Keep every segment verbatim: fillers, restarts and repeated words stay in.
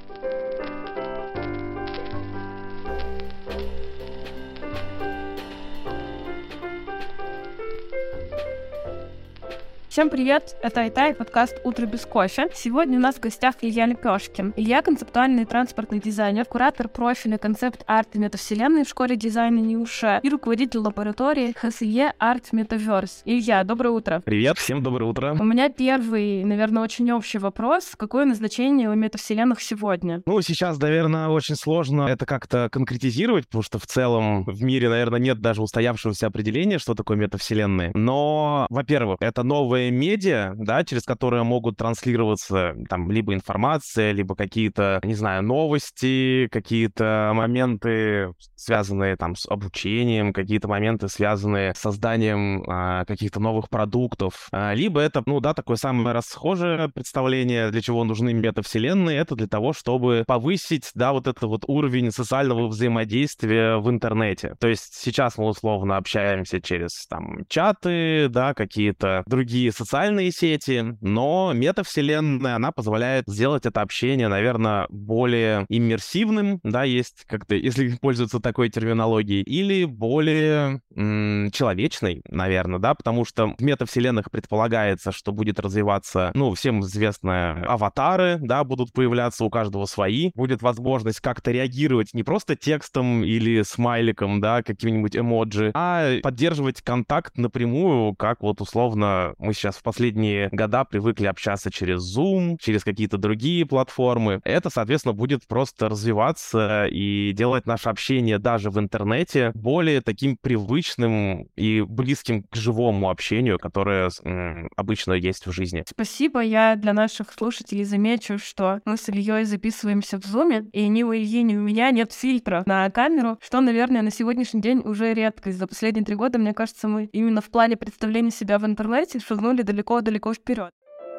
Всем привет, это Айта и подкаст «Утро без кофе». Сегодня у нас в гостях Илья Лепешкин. Илья — концептуальный транспортный дизайнер, куратор профиля концепт-арт и метавселенной в школе дизайна НИУШ и руководитель лаборатории эйч эс и Art Metaverse. Илья, доброе утро. Привет, всем доброе утро. У меня первый, наверное, очень общий вопрос. Какое назначение у метавселенных сегодня? Ну, сейчас, наверное, очень сложно это как-то конкретизировать, потому что в целом в мире, наверное, нет даже устоявшегося определения, что такое метавселенные. Но, во-первых, это новые медиа, да, через которые могут транслироваться там либо информация, либо какие-то, не знаю, новости, какие-то моменты, связанные там с обучением, какие-то моменты, связанные с созданием а, каких-то новых продуктов. А, либо это, ну да, такое самое расхожее представление, для чего нужны метавселенные, это для того, чтобы повысить, да, вот этот вот уровень социального взаимодействия в интернете. То есть сейчас мы условно общаемся через там чаты, да, какие-то другие социальные сети, но метавселенная, она позволяет сделать это общение, наверное, более иммерсивным, да, есть как-то, если пользоваться такой терминологией, или более м- человечной, наверное, да, потому что в метавселенных предполагается, что будет развиваться, ну, всем известно, аватары, да, будут появляться у каждого свои, будет возможность как-то реагировать не просто текстом или смайликом, да, каким-нибудь эмоджи, а поддерживать контакт напрямую, как вот условно мы сейчас в последние года привыкли общаться через Zoom, через какие-то другие платформы. Это, соответственно, будет просто развиваться и делать наше общение даже в интернете более таким привычным и близким к живому общению, которое м, обычно есть в жизни. Спасибо. Я для наших слушателей замечу, что мы с Ильей записываемся в Zoom, и ни у Ильи, ни у меня нет фильтра на камеру, что, наверное, на сегодняшний день уже редкость. За последние три года, мне кажется, мы именно в плане представления себя в интернете шагнули далеко-далеко вперед.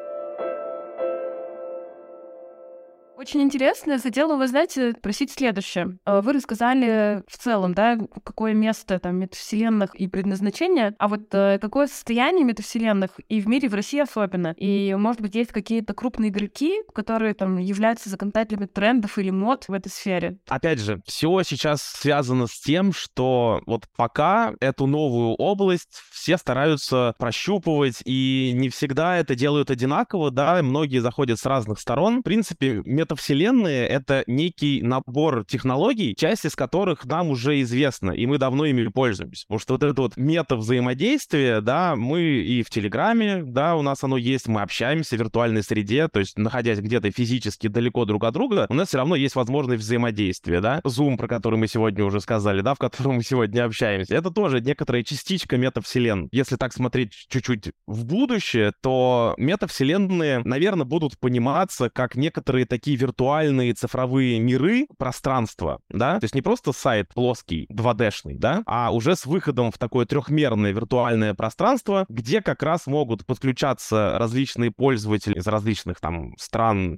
Очень интересно. Хотела у вас, знаете, спросить следующее. Вы рассказали в целом, да, какое место там метавселенных и предназначение, а вот э, какое состояние метавселенных и в мире, в России особенно. И, может быть, есть какие-то крупные игроки, которые там являются законодателями трендов или мод в этой сфере? Опять же, все сейчас связано с тем, что вот пока эту новую область все стараются прощупывать, и не всегда это делают одинаково, да, многие заходят с разных сторон. В принципе, метавселенные — это некий набор технологий, часть из которых нам уже известна, и мы давно ими пользуемся. Потому что вот это вот мета-взаимодействие, да, мы и в Телеграме, да, у нас оно есть, мы общаемся в виртуальной среде, то есть находясь где-то физически далеко друг от друга, у нас все равно есть возможность взаимодействия, да. Zoom, про который мы сегодня уже сказали, да, в котором мы сегодня общаемся, это тоже некоторая частичка метавселенной. Если так смотреть чуть-чуть в будущее, то метавселенные, наверное, будут пониматься как некоторые такие виртуальные цифровые миры, пространства, да, то есть не просто сайт плоский, два дэ-шный, да, а уже с выходом в такое трехмерное виртуальное пространство, где как раз могут подключаться различные пользователи из различных там стран,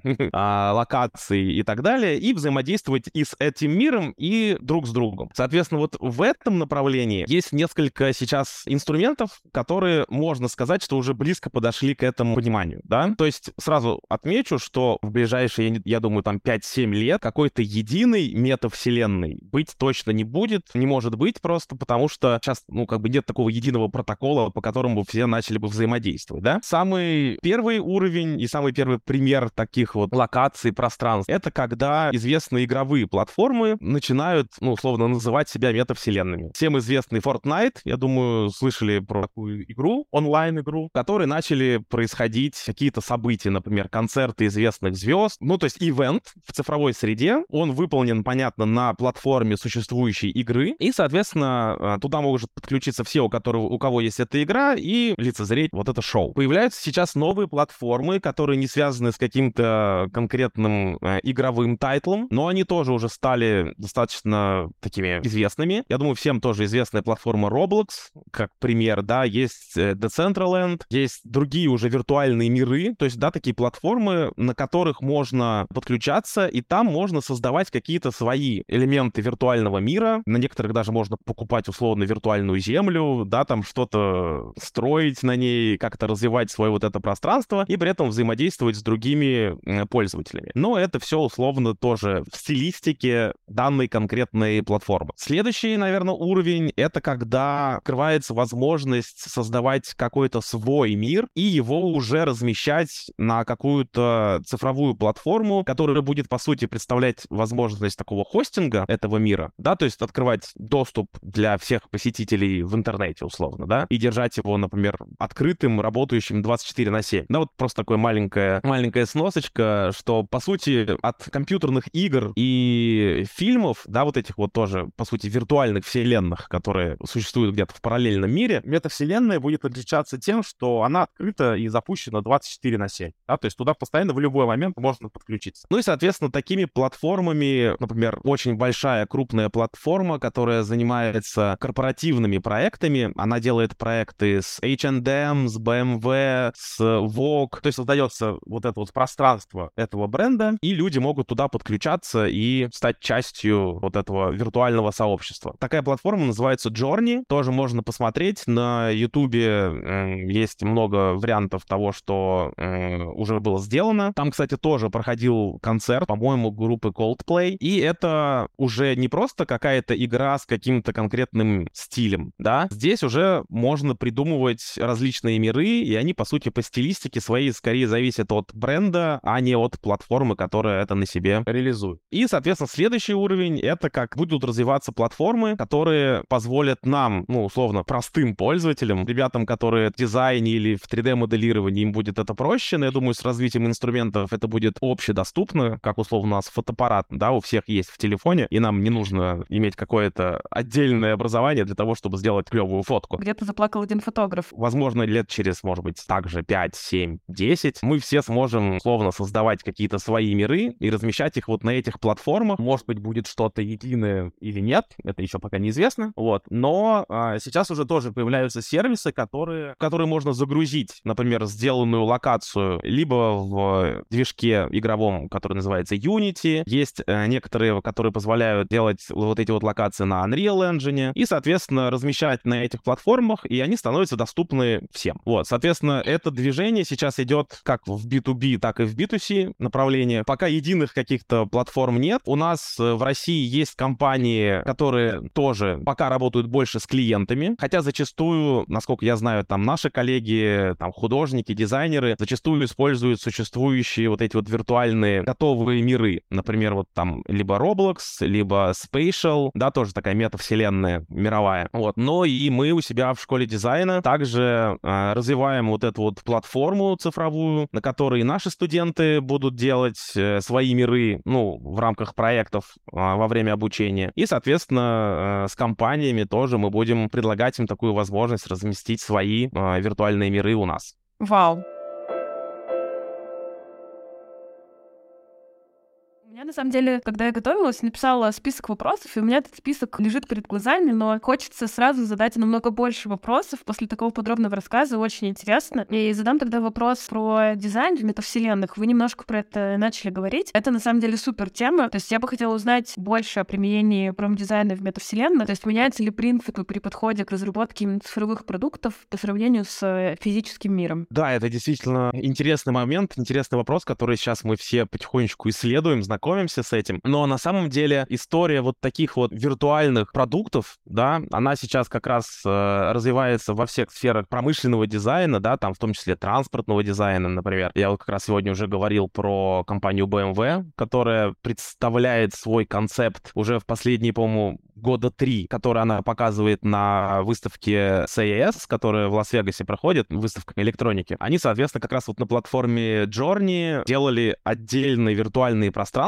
локаций и так далее, и взаимодействовать и с этим миром, и друг с другом. Соответственно, вот в этом направлении есть несколько сейчас инструментов, которые, можно сказать, что уже близко подошли к этому пониманию, да, то есть сразу отмечу, что в ближайшие, я думаю, там пять-семь лет какой-то единой метавселенной быть точно не будет, не может быть просто потому, что сейчас, ну, как бы нет такого единого протокола, по которому все начали бы взаимодействовать, да. Самый первый уровень и самый первый пример таких вот локаций, пространств — это когда известные игровые платформы начинают, ну, условно, называть себя метавселенными. Всем известный Fortnite, я думаю, слышали про такую игру, онлайн-игру, в которой начали происходить какие-то события, например, концерты известных звезд, ну, то есть ивент в цифровой среде, он выполнен, понятно, на платформе существующей игры, и, соответственно, туда могут подключиться все, у, которого, у кого есть эта игра, и лицезреть вот это шоу. Появляются сейчас новые платформы, которые не связаны с каким-то конкретным э, игровым тайтлом, но они тоже уже стали достаточно такими известными. Я думаю, всем тоже известная платформа Roblox, как пример, да, есть Decentraland, есть другие уже виртуальные миры, то есть, да, такие платформы, на которых можно можно подключаться, и там можно создавать какие-то свои элементы виртуального мира. На некоторых даже можно покупать условно виртуальную землю, да, там что-то строить на ней, как-то развивать свое вот это пространство и при этом взаимодействовать с другими пользователями. Но это все условно тоже в стилистике данной конкретной платформы. Следующий, наверное, уровень — это когда открывается возможность создавать какой-то свой мир и его уже размещать на какую-то цифровую платформу, которая будет, по сути, представлять возможность такого хостинга этого мира, да, то есть открывать доступ для всех посетителей в интернете, условно, да, и держать его, например, открытым, работающим двадцать четыре на семь. Да, вот просто такая маленькая, маленькая сносочка, что, по сути, от компьютерных игр и фильмов, да, вот этих вот тоже, по сути, виртуальных вселенных, которые существуют где-то в параллельном мире, метавселенная будет отличаться тем, что она открыта и запущена двадцать четыре на семь, да, то есть туда постоянно в любой момент можно подключиться. Ну и, соответственно, такими платформами, например, очень большая, крупная платформа, которая занимается корпоративными проектами, она делает проекты с эйч энд эм, с бэ эм вэ, с Vogue, то есть создается вот это вот пространство этого бренда, и люди могут туда подключаться и стать частью вот этого виртуального сообщества. Такая платформа называется Journey, тоже можно посмотреть. На Ютубе э, есть много вариантов того, что э, уже было сделано. Там, кстати, тоже проходил концерт, по-моему, группы Coldplay, и это уже не просто какая-то игра с каким-то конкретным стилем, да, здесь уже можно придумывать различные миры, и они, по сути, по стилистике своей скорее зависят от бренда, а не от платформы, которая это на себе реализует. И, соответственно, следующий уровень — это как будут развиваться платформы, которые позволят нам, ну, условно, простым пользователям, ребятам, которые в дизайне или в три дэ-моделировании, им будет это проще, но я думаю, с развитием инструментов это будет общедоступно, как, условно, у нас фотоаппарат, да, у всех есть в телефоне, и нам не нужно иметь какое-то отдельное образование для того, чтобы сделать клевую фотку. Где-то заплакал один фотограф. Возможно, лет через, может быть, также пять, семь, десять мы все сможем, условно, создавать какие-то свои миры и размещать их вот на этих платформах. Может быть, будет что-то единое или нет, это еще пока неизвестно, вот. Но а, сейчас уже тоже появляются сервисы, которые, в которые можно загрузить, например, сделанную локацию либо в движке игровом, который называется Unity. Есть а, некоторые, которые позволяют делать вот эти вот локации на Unreal Engine и, соответственно, размещать на этих платформах, и они становятся доступны всем. Вот, соответственно, это движение сейчас идет как в би ту би, так и в би ту си направлении. Пока единых каких-то платформ нет. У нас в России есть компании, которые тоже пока работают больше с клиентами, хотя зачастую, насколько я знаю, там наши коллеги, там художники, дизайнеры зачастую используют существующие вот эти вот виртуальные готовые миры. Например, вот там либо Roblox, либо Spatial, да, тоже такая метавселенная мировая. Вот. Но и мы у себя в школе дизайна также э, развиваем вот эту вот платформу цифровую, на которой наши студенты будут делать э, свои миры, ну, в рамках проектов э, во время обучения. И, соответственно, э, с компаниями тоже мы будем предлагать им такую возможность разместить свои э, виртуальные миры у нас. Вау. Я, на самом деле, когда я готовилась, написала список вопросов, и у меня этот список лежит перед глазами, но хочется сразу задать намного больше вопросов после такого подробного рассказа, очень интересно. И задам тогда вопрос про дизайн в метавселенных. Вы немножко про это начали говорить. Это, на самом деле, супер тема. То есть я бы хотела узнать больше о применении промдизайна в метавселенных. То есть меняются ли принципы при подходе к разработке цифровых продуктов по сравнению с физическим миром? Да, это действительно интересный момент, интересный вопрос, который сейчас мы все потихонечку исследуем, знакомимся с этим. Но на самом деле история вот таких вот виртуальных продуктов, да, она сейчас как раз э, развивается во всех сферах промышленного дизайна, да, там в том числе транспортного дизайна, например. Я вот как раз сегодня уже говорил про компанию бэ эм вэ, которая представляет свой концепт уже в последние, по-моему, года три, который она показывает на выставке си и эс, которая в Лас-Вегасе проходит, выставка электроники. Они, соответственно, как раз вот на платформе Journey делали отдельные виртуальные пространства,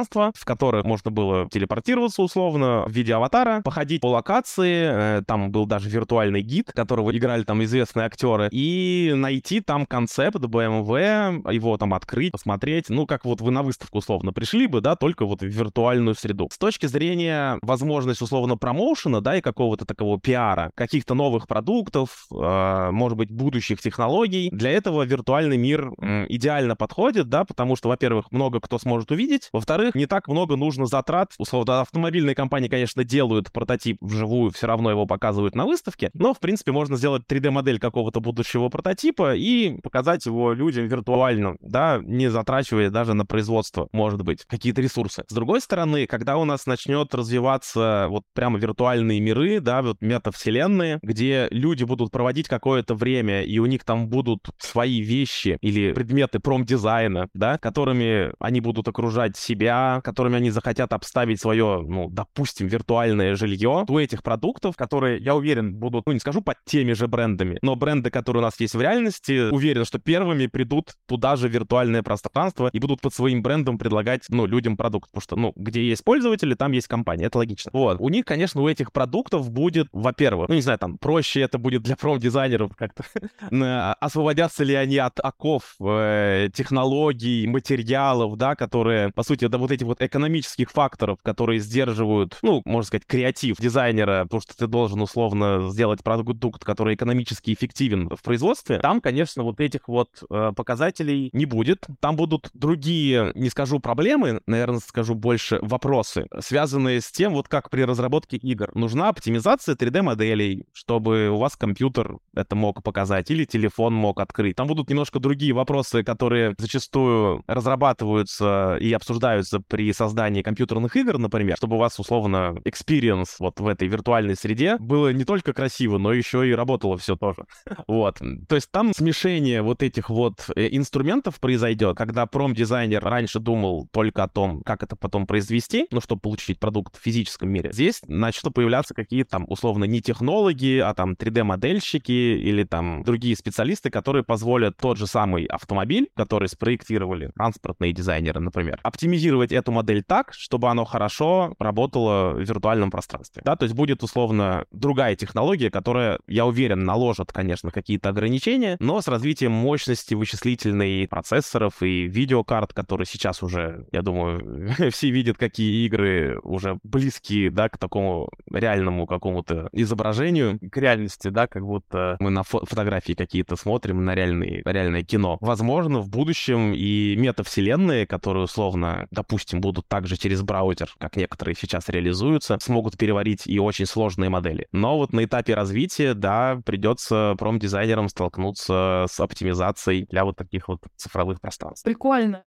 пространства, в которых можно было телепортироваться условно в виде аватара, походить по локации, там был даже виртуальный гид, которого играли там известные актеры, и найти там концепт бэ эм вэ, его там открыть, посмотреть, ну, как вот вы на выставку условно пришли бы, да, только вот в виртуальную среду. С точки зрения возможности условно промоушена, да, и какого-то такого пиара, каких-то новых продуктов, э, может быть, будущих технологий, для этого виртуальный мир э, идеально подходит, да, потому что, во-первых, много кто сможет увидеть, во-вторых, не так много нужно затрат, условно, автомобильные компании, конечно, делают прототип вживую, все равно его показывают на выставке, но, в принципе, можно сделать три дэ-модель какого-то будущего прототипа и показать его людям виртуально, да, не затрачивая даже на производство, может быть, какие-то ресурсы. С другой стороны, когда у нас начнет развиваться вот прямо виртуальные миры, да, вот метавселенные, где люди будут проводить какое-то время, и у них там будут свои вещи или предметы промдизайна, да, которыми они будут окружать себя, которыми они захотят обставить свое, ну, допустим, виртуальное жилье, у этих продуктов, которые, я уверен, будут, ну, не скажу под теми же брендами, но бренды, которые у нас есть в реальности, уверен, что первыми придут туда же виртуальное пространство и будут под своим брендом предлагать, ну, людям продукт, потому что, ну, где есть пользователи, там есть компания, это логично. Вот. У них, конечно, у этих продуктов будет, во-первых, ну, не знаю, там, проще это будет для промдизайнеров как-то, освободятся ли они от оков э, технологий, материалов, да, которые, по сути, это вот эти вот экономических факторов, которые сдерживают, ну, можно сказать, креатив дизайнера, потому что ты должен, условно, сделать продукт, который экономически эффективен в производстве. Там, конечно, вот этих вот э, показателей не будет. Там будут другие, не скажу проблемы, наверное, скажу больше вопросы, связанные с тем, вот как при разработке игр. Нужна оптимизация три дэ-моделей, чтобы у вас компьютер это мог показать или телефон мог открыть. Там будут немножко другие вопросы, которые зачастую разрабатываются и обсуждаются при создании компьютерных игр, например, чтобы у вас, условно, experience вот в этой виртуальной среде было не только красиво, но еще и работало все тоже. Вот. То есть там смешение вот этих вот инструментов произойдет, когда промдизайнер раньше думал только о том, как это потом произвести, ну, чтобы получить продукт в физическом мире. Здесь начнут появляться какие-то там, условно, не технологи, а там три дэ-модельщики или там другие специалисты, которые позволят тот же самый автомобиль, который спроектировали транспортные дизайнеры, например, оптимизировать эту модель так, чтобы оно хорошо работало в виртуальном пространстве. Да, то есть будет, условно, другая технология, которая, я уверен, наложит, конечно, какие-то ограничения, но с развитием мощности вычислительной процессоров и видеокарт, которые сейчас уже, я думаю, все видят, какие игры уже близкие, да, к такому реальному какому-то изображению, к реальности, да, как будто мы на фо- фотографии какие-то смотрим, на реальные, реальное кино. Возможно, в будущем и метавселенные, которые, условно, допустим, будут также через браузер, как некоторые сейчас реализуются, смогут переварить и очень сложные модели. Но вот на этапе развития, да, придется промдизайнерам столкнуться с оптимизацией для вот таких вот цифровых пространств. Прикольно.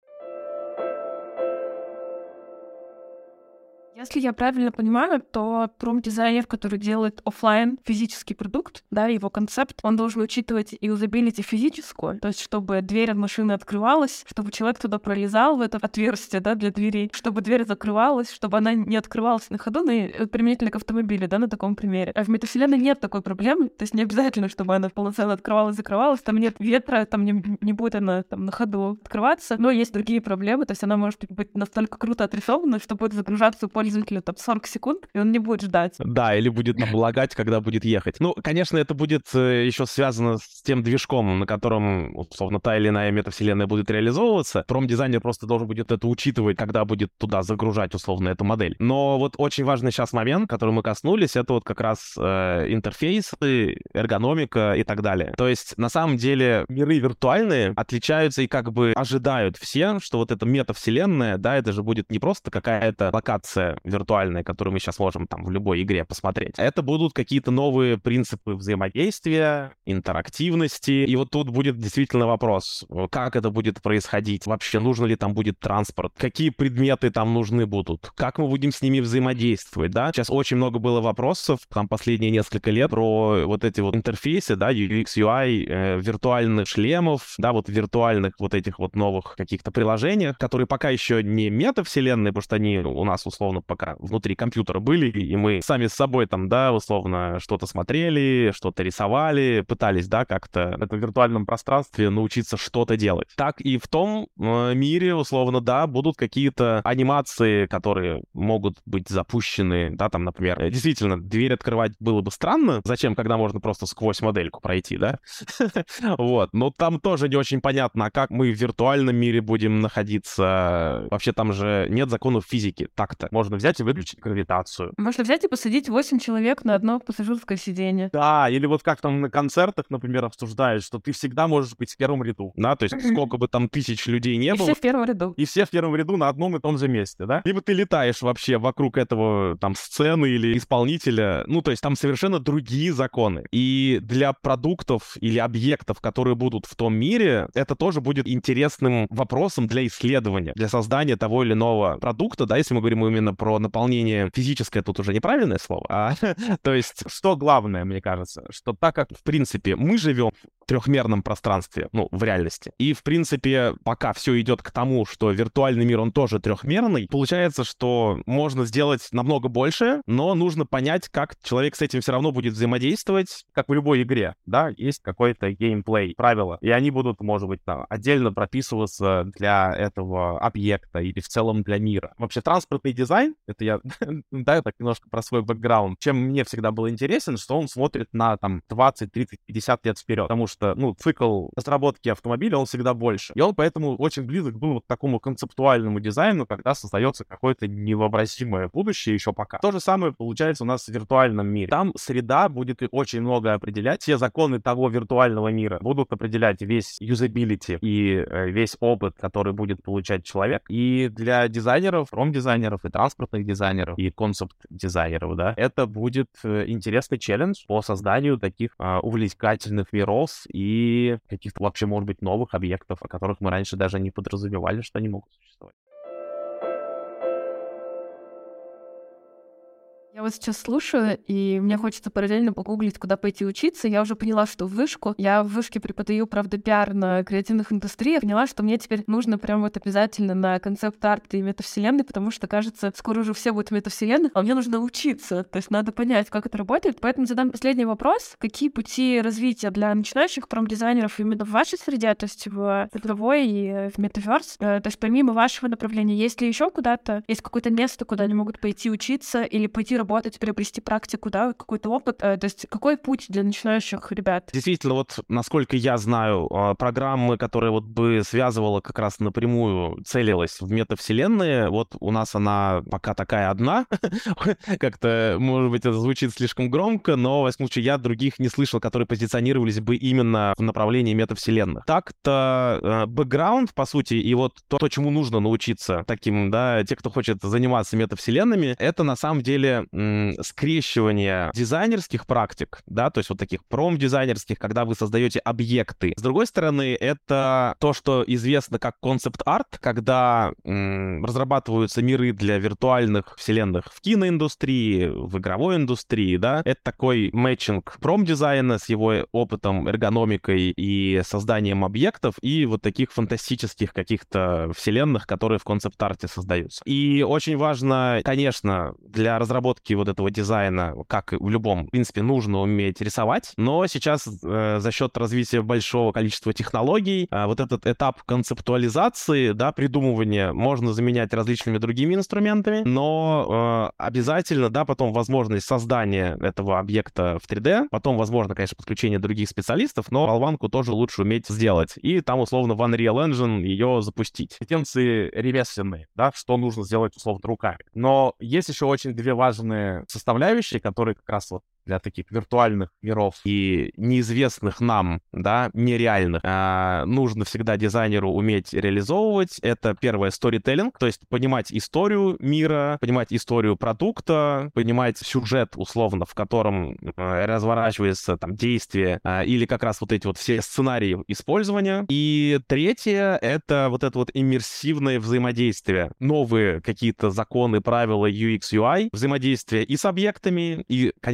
Если я правильно понимаю, то промдизайнер, который делает офлайн физический продукт, да, его концепт, он должен учитывать и юзабилити физическую, то есть чтобы дверь от машины открывалась, чтобы человек туда пролезал в это отверстие, да, для дверей, чтобы дверь закрывалась, чтобы она не открывалась на ходу, ну и применительно к автомобилю, да, на таком примере. А в метавселенной нет такой проблемы, то есть не обязательно, чтобы она полноценно открывалась, закрывалась, там нет ветра, там не, не будет она там на ходу открываться, но есть другие проблемы, то есть она может быть настолько круто отрисована, что будет загружаться у пользователя там сорок секунд, и он не будет ждать. Да, или будет там лагать, когда будет ехать. Ну, конечно, это будет э, еще связано с тем движком, на котором, условно, та или иная метавселенная будет реализовываться. Промдизайнер просто должен будет это учитывать, когда будет туда загружать, условно, эту модель. Но вот очень важный сейчас момент, который мы коснулись, это вот как раз э, интерфейсы, эргономика и так далее. То есть, на самом деле, миры виртуальные отличаются и как бы ожидают все, что вот эта метавселенная, да, это же будет не просто какая-то локация виртуальные, которые мы сейчас можем там в любой игре посмотреть. Это будут какие-то новые принципы взаимодействия, интерактивности. И вот тут будет действительно вопрос, как это будет происходить, вообще нужно ли там будет транспорт, какие предметы там нужны будут, как мы будем с ними взаимодействовать, да. Сейчас очень много было вопросов, там последние несколько лет, про вот эти вот интерфейсы, да, ю экс, ю ай, э, виртуальных шлемов, да, вот виртуальных вот этих вот новых каких-то приложениях, которые пока еще не метавселенные, потому что они у нас условно пока внутри компьютера были, и мы сами с собой там, да, условно, что-то смотрели, что-то рисовали, пытались, да, как-то в этом виртуальном пространстве научиться что-то делать. Так и в том э, мире, условно, да, будут какие-то анимации, которые могут быть запущены, да, там, например, действительно, дверь открывать было бы странно, зачем, когда можно просто сквозь модельку пройти, да? Вот, но там тоже не очень понятно, а как мы в виртуальном мире будем находиться. Вообще там же нет законов физики. Так-то можно взять и выключить гравитацию. Можно взять и посадить восемь человек на одно пассажирское сиденье. Да, или вот как там на концертах, например, обсуждают, что ты всегда можешь быть в первом ряду, да, то есть сколько бы там тысяч людей не И было. все в первом ряду. И все в первом ряду на одном и том же месте, да? Либо ты летаешь вообще вокруг этого там сцены или исполнителя, ну, то есть там совершенно другие законы. И для продуктов или объектов, которые будут в том мире, это тоже будет интересным вопросом для исследования, для создания того или иного продукта, да, если мы говорим именно про наполнение физическое, тут уже неправильное слово, а то есть что главное, мне кажется, что так как, в принципе, мы живем в трехмерном пространстве, ну, в реальности, и, в принципе, пока все идет к тому, что виртуальный мир, он тоже трехмерный, получается, что можно сделать намного больше, но нужно понять, как человек с этим все равно будет взаимодействовать, как в любой игре, да, есть какой-то геймплей, правила, и они будут, может быть, там, отдельно прописываться для этого объекта или в целом для мира. Вообще, транспортный дизайн, это я, да, так немножко про свой бэкграунд, чем мне всегда был интересен, что он смотрит на, там, двадцать, тридцать, пятьдесят лет вперед, потому что, ну, цикл разработки автомобиля, он всегда больше, и он поэтому очень близок был вот к такому концептуальному дизайну, когда создается какое-то невообразимое будущее еще пока. То же самое получается у нас в виртуальном мире. Там среда будет очень много определять. Все законы того виртуального мира будут определять весь юзабилити и э, весь опыт, который будет получать человек. И для дизайнеров, ром-дизайнеров и транспортных дизайнеров и концепт-дизайнеров, да, это будет э, интересный челлендж по созданию таких э, увлекательных миров и каких-то вообще, может быть, новых объектов, о которых мы раньше даже не подразумевали, что они могут существовать. Я вот сейчас слушаю, и мне хочется параллельно погуглить, куда пойти учиться. Я уже поняла, что в вышку. Я в вышке преподаю, правда, пиар на креативных индустриях. Поняла, что мне теперь нужно прям вот обязательно на концепт-арт и метавселенной, потому что, кажется, скоро уже все будут в метавселенных, а мне нужно учиться. То есть надо понять, как это работает. Поэтому задам последний вопрос. Какие пути развития для начинающих промдизайнеров именно в вашей среде, то есть в цифровой и в метаверс? То есть помимо вашего направления, есть ли еще куда-то, есть какое-то место, куда они могут пойти учиться или пойти работать, приобрести практику, да, какой-то опыт. То есть какой путь для начинающих ребят? Действительно, вот насколько я знаю, программы, которая вот бы связывала как раз напрямую, целилась в метавселенные, вот у нас она пока такая одна. Как-то, может быть, это звучит слишком громко, но, во всяком случае, я других не слышал, которые позиционировались бы именно в направлении метавселенных. Так-то бэкграунд, по сути, и вот то, то, чему нужно научиться таким, да, те, кто хочет заниматься метавселенными, это на самом деле скрещивание дизайнерских практик, да, то есть вот таких промдизайнерских, когда вы создаете объекты. С другой стороны, это то, что известно как концепт-арт, когда м, разрабатываются миры для виртуальных вселенных в киноиндустрии, в игровой индустрии, да. Это такой мэтчинг промдизайна с его опытом, эргономикой и созданием объектов и вот таких фантастических каких-то вселенных, которые в концепт-арте создаются. И очень важно, конечно, для разработки вот этого дизайна, как в любом, в принципе, нужно уметь рисовать, но сейчас э, за счет развития большого количества технологий э, вот этот этап концептуализации, да, придумывания можно заменять различными другими инструментами, но э, обязательно, да, потом возможность создания этого объекта в три дэ, потом, возможно, конечно, подключение других специалистов, но болванку тоже лучше уметь сделать. И там, условно, в Unreal Engine ее запустить. Компетенции ремесленные, да, что нужно сделать, условно, руками. Но есть еще очень две важные составляющие, которые как раз вот для таких виртуальных миров и неизвестных нам, да, нереальных, а, нужно всегда дизайнеру уметь реализовывать. Это первое — сторителлинг, то есть понимать историю мира, понимать историю продукта, понимать сюжет, условно, в котором а, разворачивается там действие, а, или как раз вот эти вот все сценарии использования. И третье — это вот это вот иммерсивное взаимодействие. Новые какие-то законы, правила ю экс ю ай, взаимодействие и с объектами, и, конечно же, с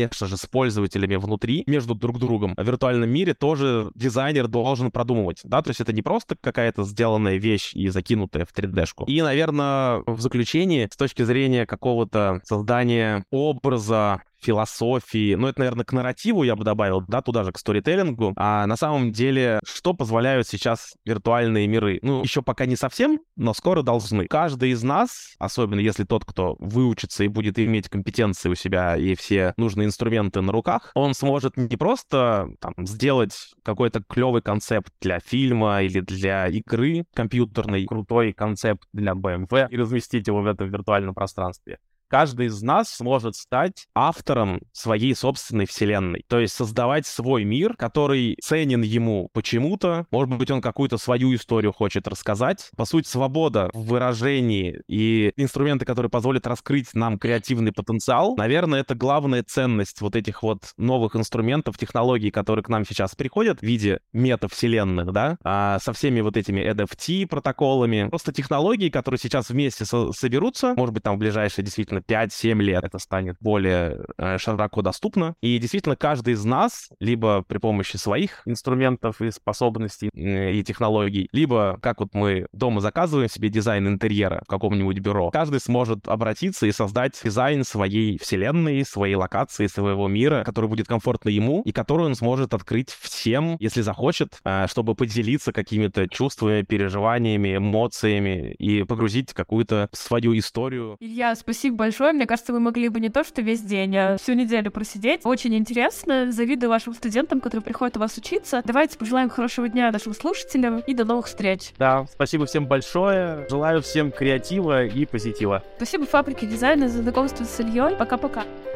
с пользователями внутри, между друг другом, в виртуальном мире тоже дизайнер должен продумывать, да, то есть это не просто какая-то сделанная вещь и закинутая в три дэ-шку. И, наверное, в заключении, с точки зрения какого-то создания образа, философии, ну, это, наверное, к нарративу я бы добавил, да, туда же, к сторителлингу. А на самом деле, что позволяют сейчас виртуальные миры? Ну, еще пока не совсем, но скоро должны. Каждый из нас, особенно если тот, кто выучится и будет иметь компетенции у себя и все нужные инструменты на руках, он сможет не просто там сделать какой-то клевый концепт для фильма или для игры компьютерной, крутой концепт для бэ эм вэ и разместить его в этом виртуальном пространстве. Каждый из нас сможет стать автором своей собственной вселенной. То есть создавать свой мир, который ценен ему почему-то. Может быть, он какую-то свою историю хочет рассказать. По сути, свобода в выражении и инструменты, которые позволят раскрыть нам креативный потенциал, наверное, это главная ценность вот этих вот новых инструментов, технологий, которые к нам сейчас приходят в виде метавселенных, да, а со всеми вот этими эн эф ти-протоколами. Просто технологии, которые сейчас вместе со- соберутся, может быть, там в ближайшие действительно пять-семь лет это станет более э, широко доступно. И действительно каждый из нас, либо при помощи своих инструментов и способностей э, и технологий, либо как вот мы дома заказываем себе дизайн интерьера в каком-нибудь бюро, каждый сможет обратиться и создать дизайн своей вселенной, своей локации, своего мира, который будет комфортно ему и который он сможет открыть всем, если захочет, э, чтобы поделиться какими-то чувствами, переживаниями, эмоциями и погрузить какую-то свою историю. Илья, спасибо большое. Мне кажется, вы могли бы не то что весь день, а всю неделю просидеть. Очень интересно. Завидую вашим студентам, которые приходят у вас учиться. Давайте пожелаем хорошего дня нашим слушателям и до новых встреч. Да, спасибо всем большое. Желаю всем креатива и позитива. Спасибо Фабрике дизайна за знакомство с Ильей. Пока-пока.